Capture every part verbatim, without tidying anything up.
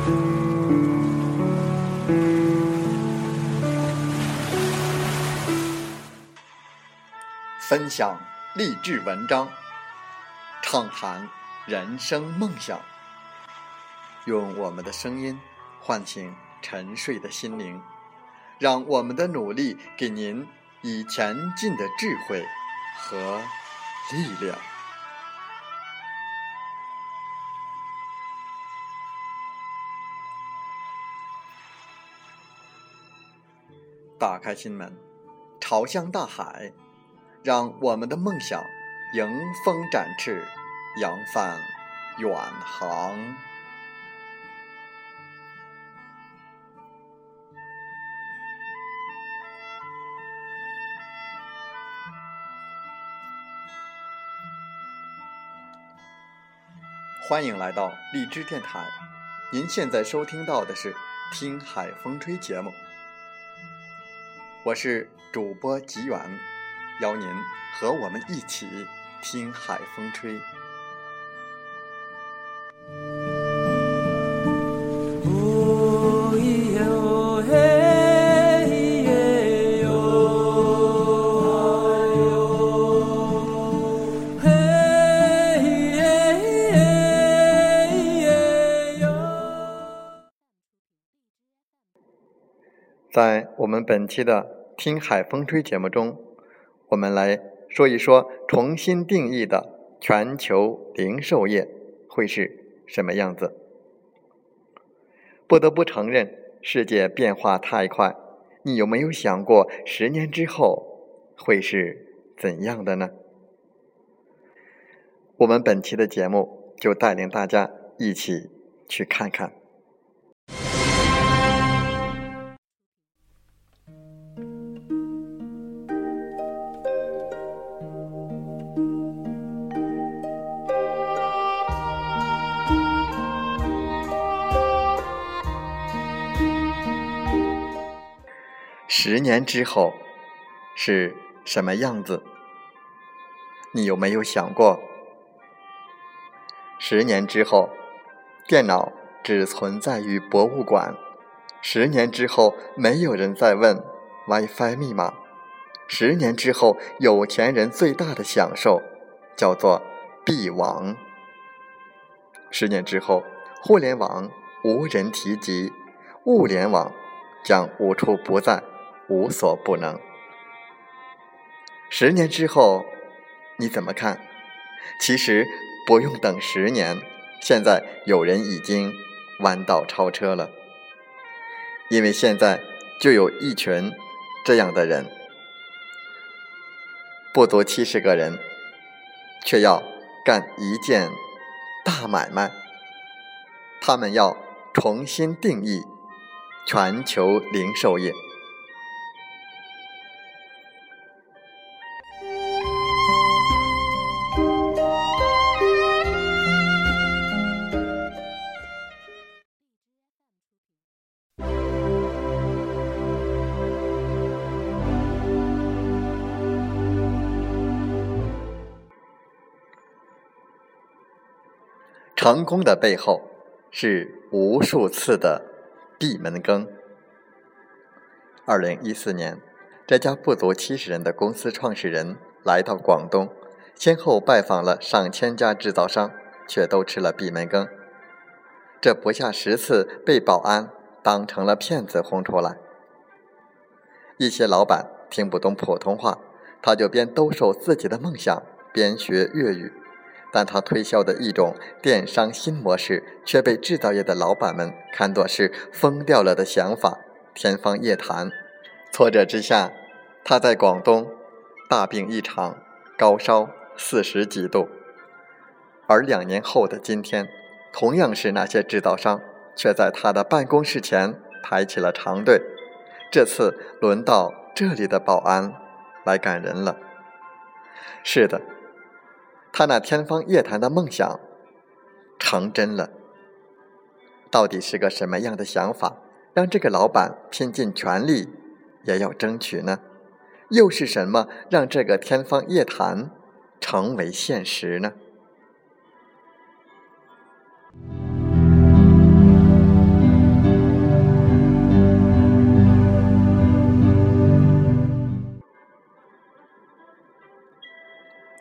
分享励志文章，畅谈人生梦想，用我们的声音唤醒沉睡的心灵，让我们的努力给您以前进的智慧和力量。打开心门，朝向大海，让我们的梦想迎风展翅，扬帆远航。欢迎来到荔枝电台，您现在收听到的是听海风吹节目，我是主播吉远，邀您和我们一起听海风吹。在我们本期的听海风吹节目中，我们来说一说重新定义的全球零售业会是什么样子。不得不承认，世界变化太快，你有没有想过十年之后会是怎样的呢？我们本期的节目就带领大家一起去看看。十年之后是什么样子？你有没有想过？十年之后，电脑只存在于博物馆；十年之后，没有人再问 WiFi 密码；十年之后，有钱人最大的享受叫做闭网；十年之后，互联网无人提及，物联网将无处不在，无所不能。十年之后你怎么看？其实不用等十年，现在有人已经弯道超车了。因为现在就有一群这样的人，不足七十个人，却要干一件大买卖。他们要重新定义全球零售业。成功的背后是无数次的闭门羹。二零一四年，这家不足七十人的公司创始人来到广东，先后拜访了上千家制造商，却都吃了闭门羹。这不下十次被保安当成了骗子轰出来。一些老板听不懂普通话，他就边兜售自己的梦想，边学粤语。但他推销的一种电商新模式却被制造业的老板们看作是疯掉了的想法，天方夜谭。挫折之下，他在广东大病一场，高烧四十几度。而两年后的今天，同样是那些制造商却在他的办公室前排起了长队。这次轮到这里的保安来赶人了。是的，他那天方夜谭的梦想成真了。到底是个什么样的想法，让这个老板拼尽全力也要争取呢？又是什么让这个天方夜谭成为现实呢？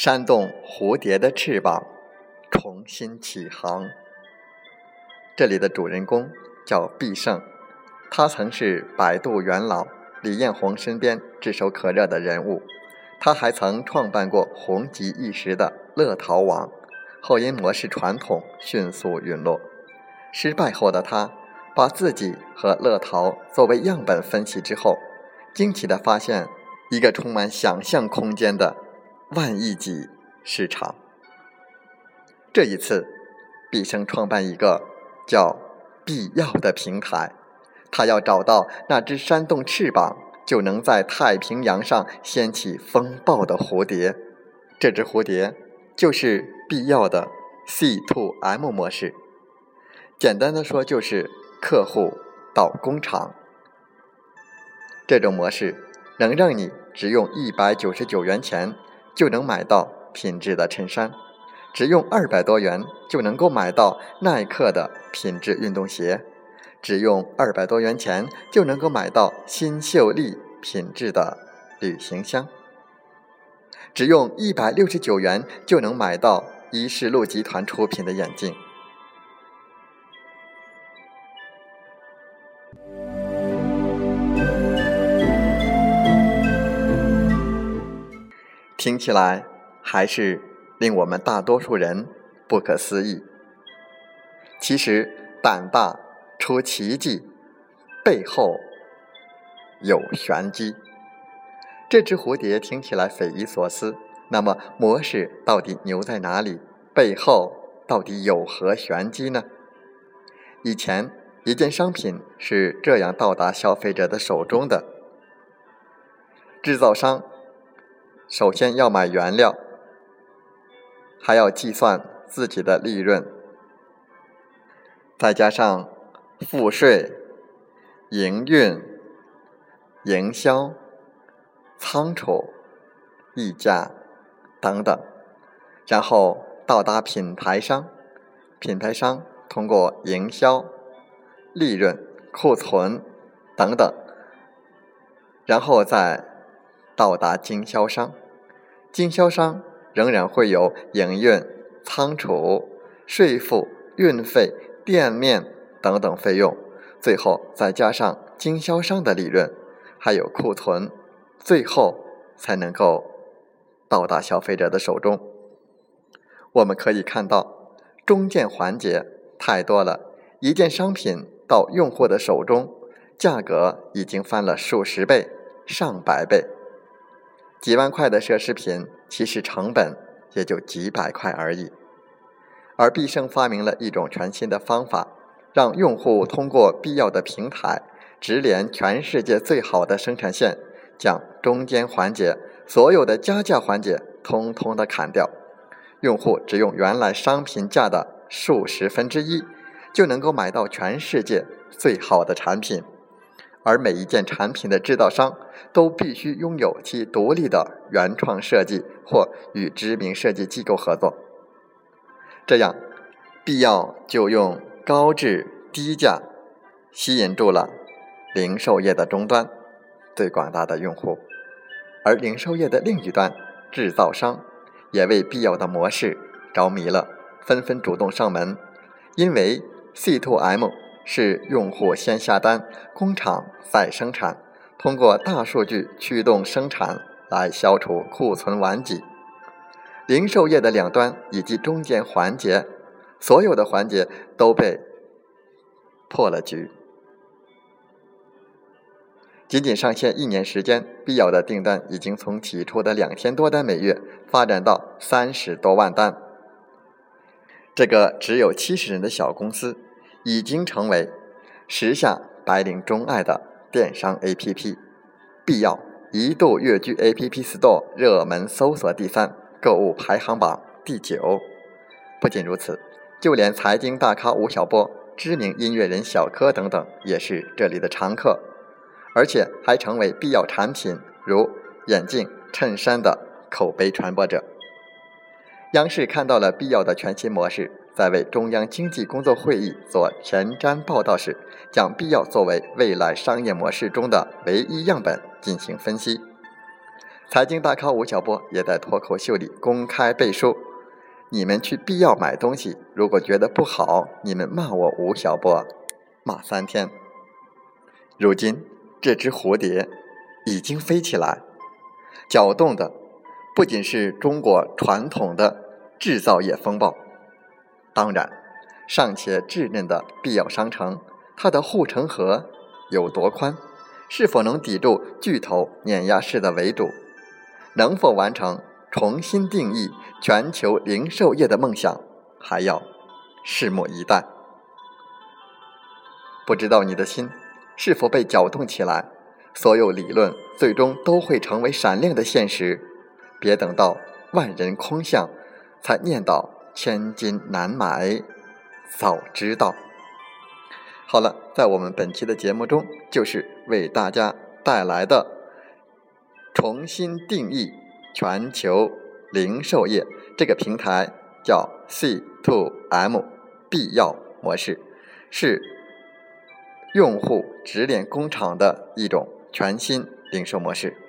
扇动蝴蝶的翅膀，重新起航。这里的主人公叫毕胜，他曾是百度元老李彦宏身边炙手可热的人物。他还曾创办过红极一时的乐淘网，后因模式传统迅速陨落。失败后的他把自己和乐淘作为样本分析之后，惊奇地发现一个充满想象空间的万亿级市场。这一次，毕生创办一个叫必要的平台，他要找到那只扇动翅膀就能在太平洋上掀起风暴的蝴蝶。这只蝴蝶就是必要的 C to M 模式。简单的说，就是客户到工厂。这种模式能让你只用一百九十九元钱就能买到品质的衬衫，只用二百多元就能够买到耐克的品质运动鞋，只用二百多元钱就能够买到新秀丽品质的旅行箱，只用一百六十九元就能买到依视路集团出品的眼镜。听起来还是令我们大多数人不可思议。其实胆大出奇迹，背后有玄机。这只蝴蝶听起来匪夷所思，那么模式到底牛在哪里？背后到底有何玄机呢？以前一件商品是这样到达消费者的手中的：制造商首先要买原料，还要计算自己的利润，再加上赋税、营运、营销、仓储、溢价等等，然后到达品牌商，品牌商通过营销、利润、库存等等，然后再到达经销商。经销商仍然会有营运、仓储、税负、运费、店面等等费用，最后再加上经销商的利润，还有库存，最后才能够到达消费者的手中。我们可以看到，中间环节太多了，一件商品到用户的手中，价格已经翻了数十倍、上百倍。几万块的奢侈品，其实成本也就几百块而已。而毕胜发明了一种全新的方法，让用户通过必要的平台直连全世界最好的生产线，将中间环节所有的加价环节通通的砍掉。用户只用原来商品价的数十分之一，就能够买到全世界最好的产品。而每一件产品的制造商都必须拥有其独立的原创设计或与知名设计机构合作。这样，必要就用高质低价吸引住了零售业的终端最广大的用户，而零售业的另一端，制造商也为必要的模式着迷了，纷纷主动上门。因为 C to M 是用户先下单，工厂再生产，通过大数据驱动生产来消除库存顽疾。零售业的两端以及中间环节，所有的环节都被破了局。仅仅上线一年时间，必要的订单已经从起初的两千多单每月发展到三十多万单。这个只有七十人的小公司已经成为时下白领钟爱的电商 A P P。 必要一度跃居 A P P Store 热门搜索第三，购物排行榜第九。不仅如此，就连财经大咖吴晓波、知名音乐人小柯等等也是这里的常客，而且还成为必要产品如眼镜、衬衫的口碑传播者。央视看到了必要的全新模式，在为中央经济工作会议做前瞻报道时，将必要作为未来商业模式中的唯一样本进行分析。 财经大咖吴晓波也在脱口秀里公开背书，你们去必要买东西，如果觉得不好，你们骂我吴晓波，骂三天。如今这只蝴蝶已经飞起来，搅动的不仅是中国传统的制造业风暴，当然尚且稚嫩的必要商城，它的护城河有多宽，是否能抵住巨头碾压式的围堵，能否完成重新定义全球零售业的梦想，还要拭目以待。不知道你的心是否被搅动起来，所有理论最终都会成为闪亮的现实，别等到万人空巷才念叨千金难买早知道。好了，在我们本期的节目中，就是为大家带来的重新定义全球零售业，这个平台叫 C to M 必要模式，是用户直连工厂的一种全新零售模式。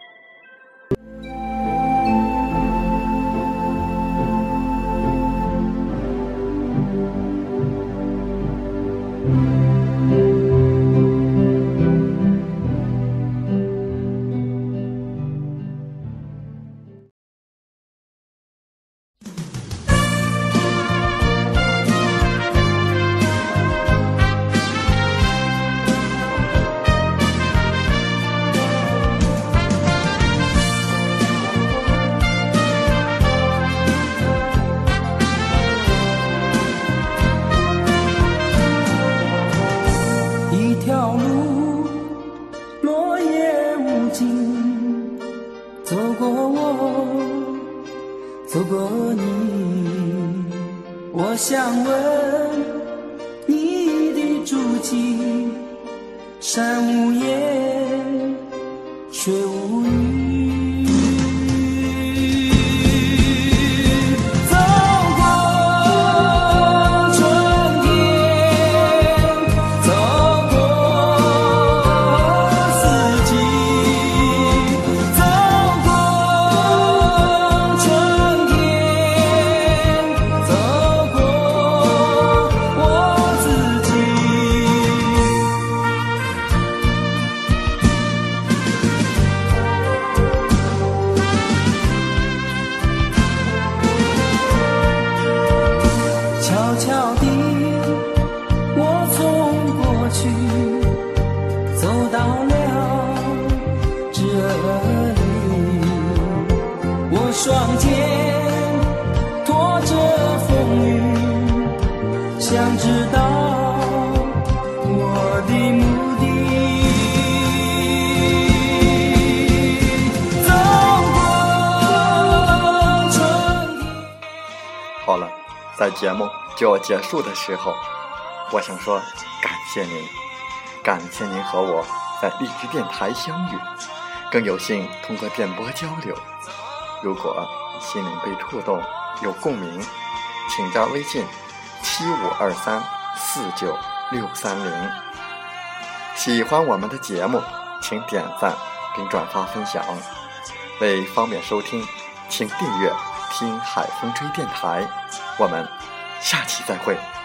走过你，我想问你的足迹，山无言，水无语，走过春天，走过四季，走过春天，走过我自己。悄悄地，我从过去走到了这里，我双肩拖着风雨，想知道我的目的。走过春天。 好了，在节目就要结束的时候，我想说感谢您，感谢您和我在荔枝电台相遇，更有幸通过电波交流。如果心灵被触动，有共鸣，请加微信七五二三四九六三零。喜欢我们的节目，请点赞并转发分享。为方便收听，请订阅听海风吹电台。我们下期再会。